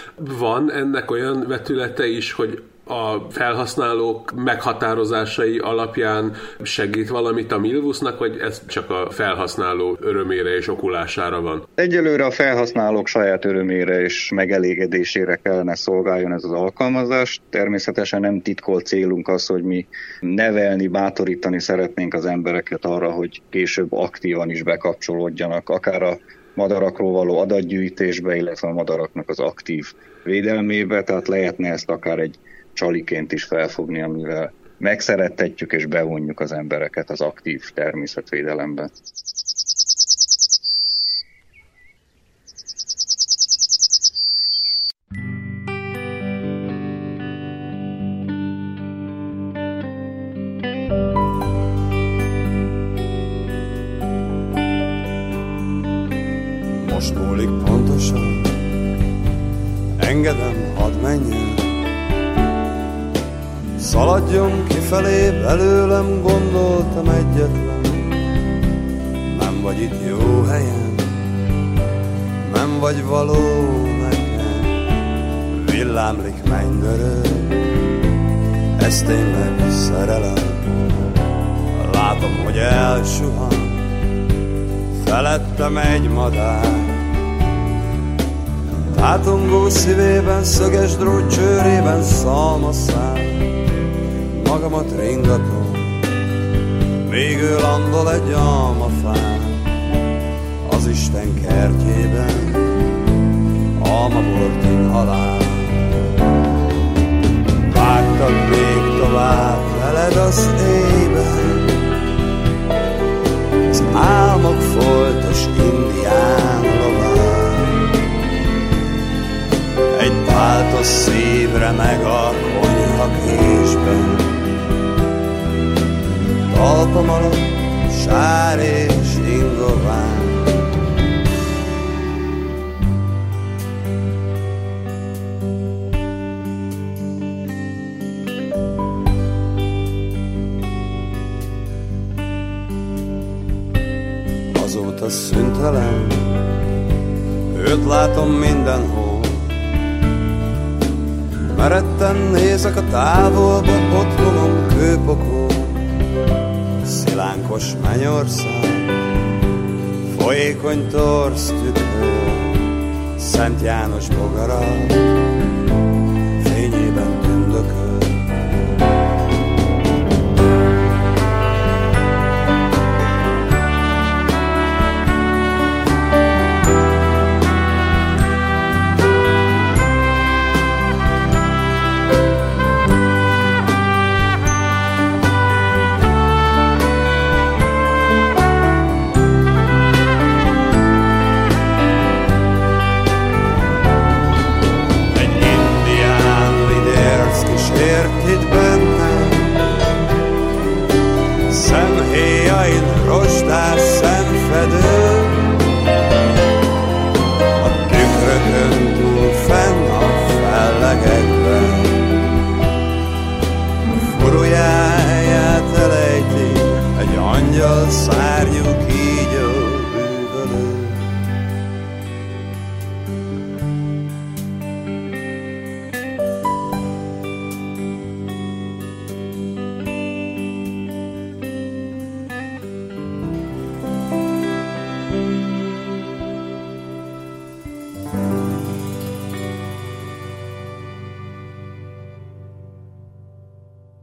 Van ennek olyan vetülete is, hogy a felhasználók meghatározásai alapján segít valamit a Milvusznak, vagy ez csak a felhasználó örömére és okulására van? Egyelőre a felhasználók saját örömére és megelégedésére kellene szolgáljon ez az alkalmazás. Természetesen nem titkolt célunk az, hogy mi nevelni, bátorítani szeretnénk az embereket arra, hogy később aktívan is bekapcsolódjanak, akár a madarakról való adatgyűjtésbe, illetve a madaraknak az aktív védelmébe, tehát lehetne ezt akár egy csaliként is felfogni, amivel megszerettetjük és bevonjuk az embereket az aktív természetvédelembe. Most múlik pontosan, engedem, hadd menjen. Szaladjon kifelé, belőlem gondoltam egyetlen. Nem vagy itt jó helyen, nem vagy való nekem. Villámlik mennydörög, ez tényleg szerelem. Látom, hogy elsuhan felettem egy madár. Tátongó szívében, szöges drót csőrében szalmaszál. Magamat ringatom, még ő landol egy almafán. Az Isten kertjében almabort inhalál. Vágtak még tovább veled az éjben, az álmok foltos indián lován. Egy páltos szívre meg a konyhakésben, talpam alatt sár és ingován. Azóta szüntelen, őt látom mindenhol. Meretten nézek a távolba, otthonom kőpokol. Szilánkos mennyország, folyékony torz tükör, Szent János bogara fényében tündököl.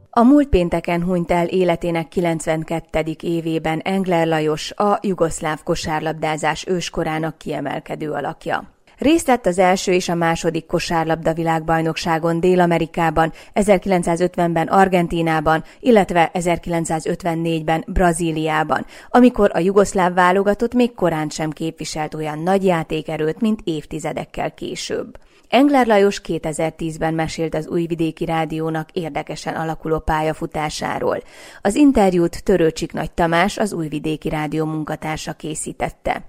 A múlt pénteken hunyt el életének 92. évében Engler Lajos, a jugoszláv kosárlabdázás őskorának kiemelkedő alakja. Részt vett az első és a második kosárlabda világbajnokságon Dél-Amerikában, 1950-ben Argentínában, illetve 1954-ben Brazíliában, amikor a jugoszláv válogatott még korán sem képviselt olyan nagy játékerőt, mint évtizedekkel később. Engler Lajos 2010-ben mesélt az Újvidéki Rádiónak érdekesen alakuló pályafutásáról. Az interjút Törőcsik Nagy Tamás, az Újvidéki Rádió munkatársa készítette.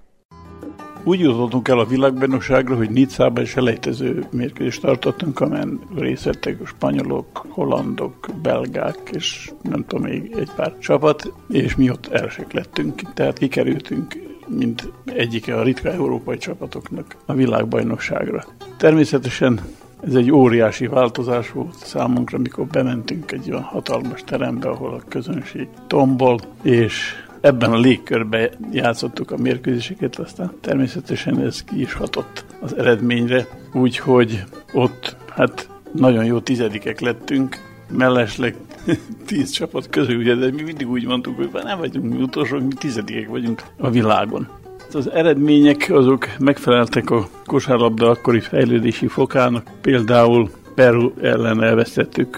Úgy jutottunk el a világbajnokságra, hogy Nizzában selejtező mérkőzést tartottunk, amelyen részt vettek a spanyolok, hollandok, belgák, és nem tudom, még egy pár csapat, és mi ott elsők lettünk, tehát kikerültünk, mint egyike a ritka európai csapatoknak a világbajnokságra. Természetesen ez egy óriási változás volt számunkra, amikor bementünk egy olyan hatalmas terembe, ahol a közönség tombol, és ebben a légkörben játszottuk a mérkőzéseket, aztán természetesen ez ki is hatott az eredményre, úgyhogy ott nagyon jó tizedikek lettünk, mellesleg 10 csapat közül, ugye, de mi mindig úgy mondtuk, hogy nem vagyunk mi utolsók, mi tizedikek vagyunk a világon. Az eredmények azok megfeleltek a kosárlabda akkori fejlődési fokának, például Peru ellen elvesztettük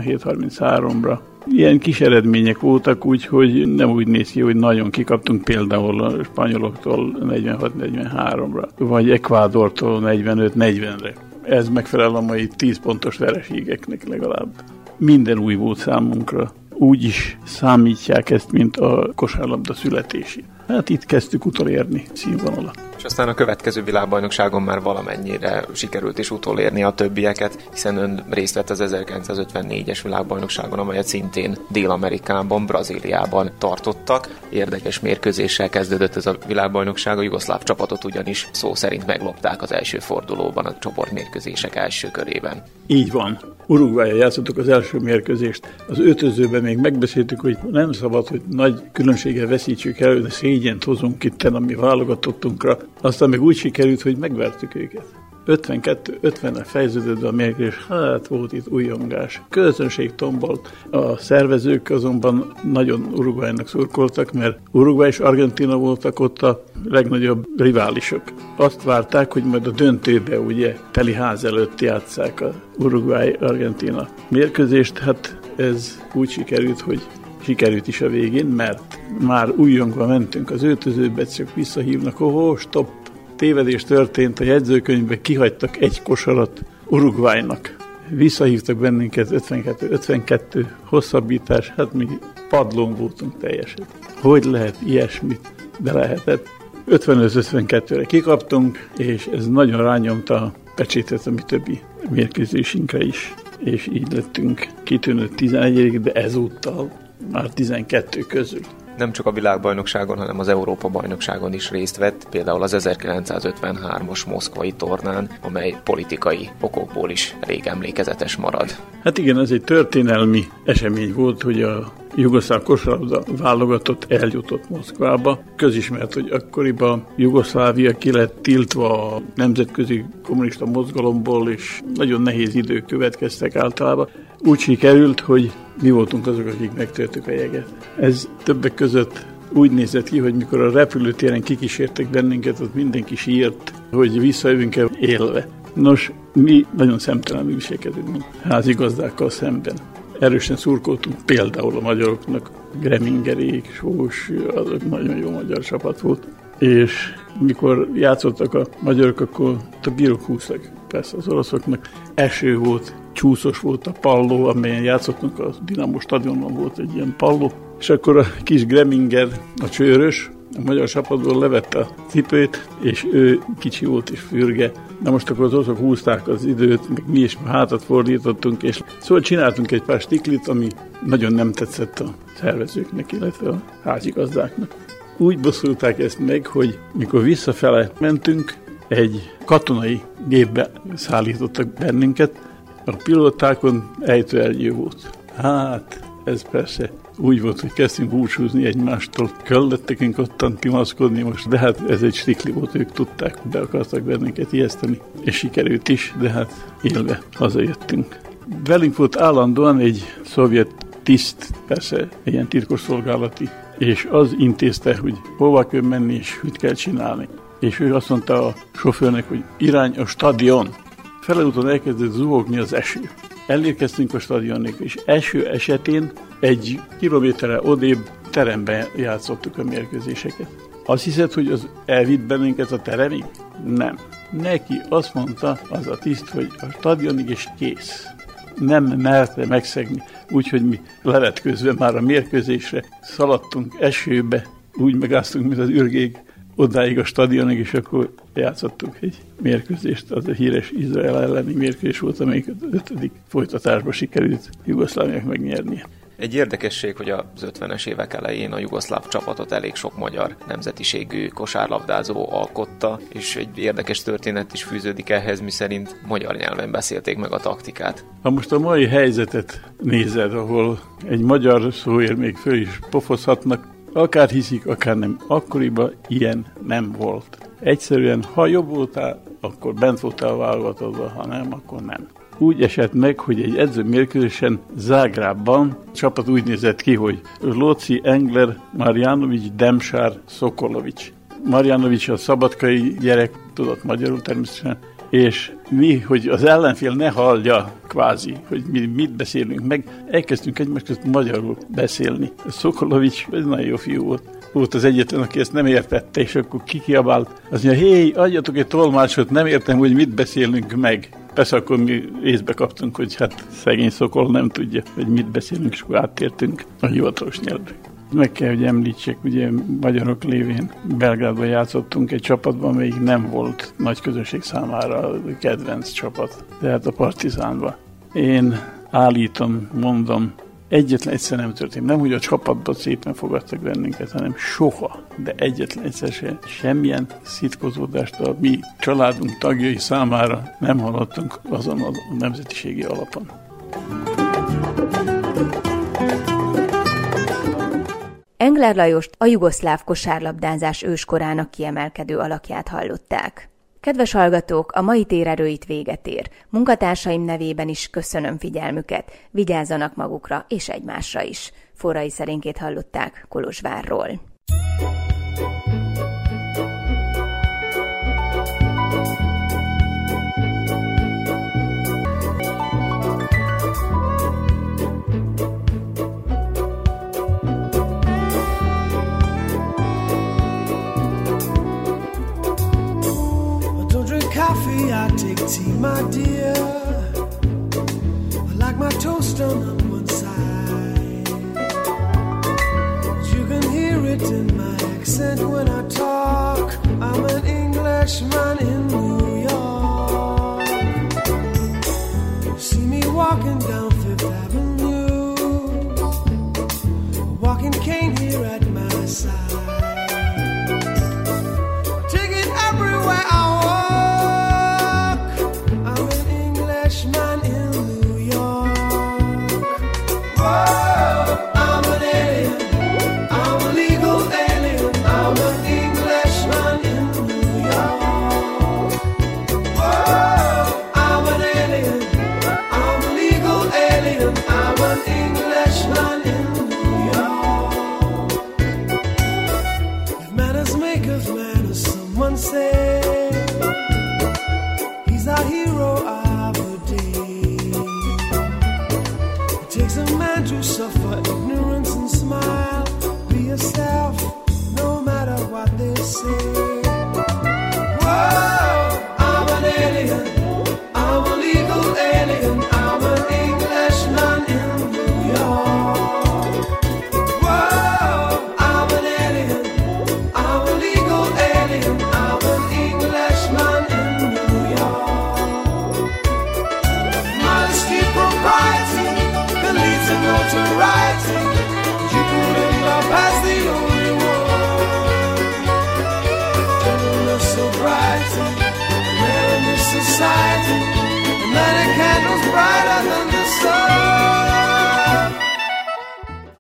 27-33-ra. Ilyen kis eredmények voltak, úgyhogy nem úgy néz ki, hogy nagyon kikaptunk például a spanyoloktól 46-43-ra, vagy Ekvádortól 45-40-re. Ez megfelel a mai 10 pontos vereségeknek legalább. Minden új volt számunkra. Úgy is számítják ezt, mint a kosárlabda születési. Hát itt kezdtük utolérni színvonalat. És aztán a következő világbajnokságon már valamennyire sikerült is utolérni a többieket, hiszen ön részt vett az 1954-es világbajnokságon, amelyet szintén Dél-Amerikában, Brazíliában tartottak. Érdekes mérkőzéssel kezdődött ez a világbajnokság, a jugoszláv csapatot ugyanis szó szerint meglopták az első fordulóban, a csoportmérkőzések első körében. Így van. Uruguayon játszottuk az első mérkőzést. Az ötözőben még megbeszéltük, hogy nem szabad, hogy nagy különbséggel veszítsük el, de szégyent hozunk itten a mi válogatottunkra. Aztán meg úgy sikerült, hogy megvertük őket. 52-50-re fejeződött a mérkőzés, hát volt itt újongás. Közönség tombolt, a szervezők azonban nagyon Uruguaynak szurkoltak, mert Uruguay és Argentína voltak ott a legnagyobb riválisok. Azt várták, hogy majd a döntőbe ugye teli ház előtt játsszák a Uruguay-Argentína mérkőzést, hát ez úgy sikerült, hogy sikerült is a végén, mert már újongva mentünk az öltözőbe, csak visszahívnak, stop, tévedés történt, a jegyzőkönyvbe kihagytak egy kosarat Uruguaynak. Visszahívtak bennünket 52-52 hosszabbítás, hát mi padlón voltunk teljesen. Hogy lehet ilyesmit? De lehetett. 55-52-re kikaptunk, és ez nagyon rányomta a pecsétet a mi többi mérkőzésünkre is. És így lettünk kitűnő 11, de ezúttal már 12 közül. Nem csak a világbajnokságon, hanem az Európa-bajnokságon is részt vett, például az 1953-as moszkvai tornán, amely politikai okokból is rég emlékezetes marad. Hát igen, ez egy történelmi esemény volt, hogy a jugoszláv kosárlabda válogatott eljutott Moszkvába. Közismert, hogy akkoriban Jugoszlávia ki lett tiltva a nemzetközi kommunista mozgalomból, és nagyon nehéz idők következtek általában. Úgy sikerült, hogy mi voltunk azok, akik megtörtük a jeget. Ez többek között úgy nézett ki, hogy mikor a repülőtéren kikísértek bennünket, ott mindenki sírt, hogy visszajövünk-e élve. Nos, mi nagyon szemtelenül viselkedünk házigazdákkal szemben. Erősen szurkoltunk például a magyaroknak, Gremingerék, Sós, azok nagyon jó magyar csapat volt. És mikor játszottak a magyarok, akkor a bírók húztak. Persze az oroszoknak eső volt, csúszos volt a palló, amelyen játszottunk, a Dinamo stadionban volt egy ilyen palló, és akkor a kis Greminger, a csőrös, a magyar csapatból levette a cipőt, és ő kicsi volt és fürge. Na most akkor az oroszok húzták az időt, meg mi is hátat fordítottunk, és szóval csináltunk egy pár stiklit, ami nagyon nem tetszett a szervezőknek, illetve a házigazdáknak. Úgy bosszulták ezt meg, hogy mikor visszafele mentünk, egy katonai gépbe szállítottak bennünket, a pilótákon ejtőernyő volt. Hát, ez persze úgy volt, hogy kezdtünk búcsúzni egymástól. Kellett nekünk ottan kimaszkodni most, de hát ez egy stikli volt, ők tudták, be akartak bennünket ijeszteni. És sikerült is, de hát élve hazajöttünk. Velünk volt állandóan egy szovjet tiszt, persze ilyen titkosszolgálati, és az intézte, hogy hova kell menni, és mit kell csinálni. És ő azt mondta a sofőrnek, hogy irány a stadion. Felúton elkezdett zuhogni az eső. Elérkeztünk a stadionnig, és eső esetén 1 kilométerre odébb teremben játszottuk a mérkőzéseket. Azt hiszed, hogy az elvitt bennünket a teremig? Nem. Neki azt mondta az a tiszt, hogy a stadionig is kész. Nem merte megszegni, úgyhogy mi levetközve már a mérkőzésre szaladtunk esőbe, úgy megáztunk, mint az ürgék, odáig a stadionig, és akkor játszottuk egy mérkőzést. Az a híres Izrael elleni mérkőzés volt, amelyik az 5. folytatásba sikerült Jugoszláviának megnyernie. Egy érdekesség, hogy az 50-es évek elején a jugoszláv csapatot elég sok magyar nemzetiségű kosárlabdázó alkotta, és egy érdekes történet is fűződik ehhez, miszerint magyar nyelven beszélték meg a taktikát. Ha most a mai helyzetet nézed, ahol egy magyar szóért még föl is pofozhatnak, akár hiszik, akár nem, akkoriban ilyen nem volt. Egyszerűen, ha jobb voltál, akkor bent voltál a válogatottban, ha nem, akkor nem. Úgy esett meg, hogy egy edzőmérkőzésen Zágrábban a csapat úgy nézett ki, hogy Lóci, Engler, Marjanovics, Demsár, Szokolovics. Marjanovics a szabadkai gyerek, tudott magyarul természetesen, és mi, hogy az ellenfél ne hallja kvázi, hogy mi mit beszélünk meg, elkezdtünk egymás között magyarul beszélni. Szokolovics, ez nagyon jó fiú volt. Volt az egyetlen, aki ezt nem értette, és akkor kikiabált. Azt mondja, hé, adjatok egy tolmácsot, nem értem, hogy mit beszélünk meg. Persze akkor mi észbe kaptunk, hogy hát szegény Szokol nem tudja, hogy mit beszélünk, és akkor áttértünk a hivatalos nyelvre. Meg kell, hogy említsek, ugye magyarok lévén Belgrádban játszottunk egy csapatban, amelyik nem volt nagy közönség számára kedvenc csapat, tehát a Partizánban. Én állítom, mondom, egyetlen egyszer nem történt. Nem, hogy a csapatban szépen fogadtak bennünket, hanem soha, de egyetlen egyszer sem. Semmilyen szitkozódást a mi családunk tagjai számára nem hallottunk azon a nemzetiségi alapon. Engler Lajost, a jugoszláv kosárlabdázás őskorának kiemelkedő alakját hallották. Kedves hallgatók, a mai térerő itt véget ér. Munkatársaim nevében is köszönöm figyelmüket. Vigyázzanak magukra és egymásra is. Forrai Szerénkét hallották Kolozsvárról. I take tea, my dear. I like my toast on one side. You can hear it in my accent when I talk. I'm an Englishman in New York. You see me walking down Fifth Avenue, a walking cane here at my side. Take it everywhere I walk. Suffer ignorance and smile. Be yourself, no matter what they say. Whoa, I'm an alien. I'm a legal alien. I'm an Englishman in New York. Whoa, I'm an alien. I'm a legal alien. I'm an Englishman in New York. Modesty, propriety, leads to notoriety.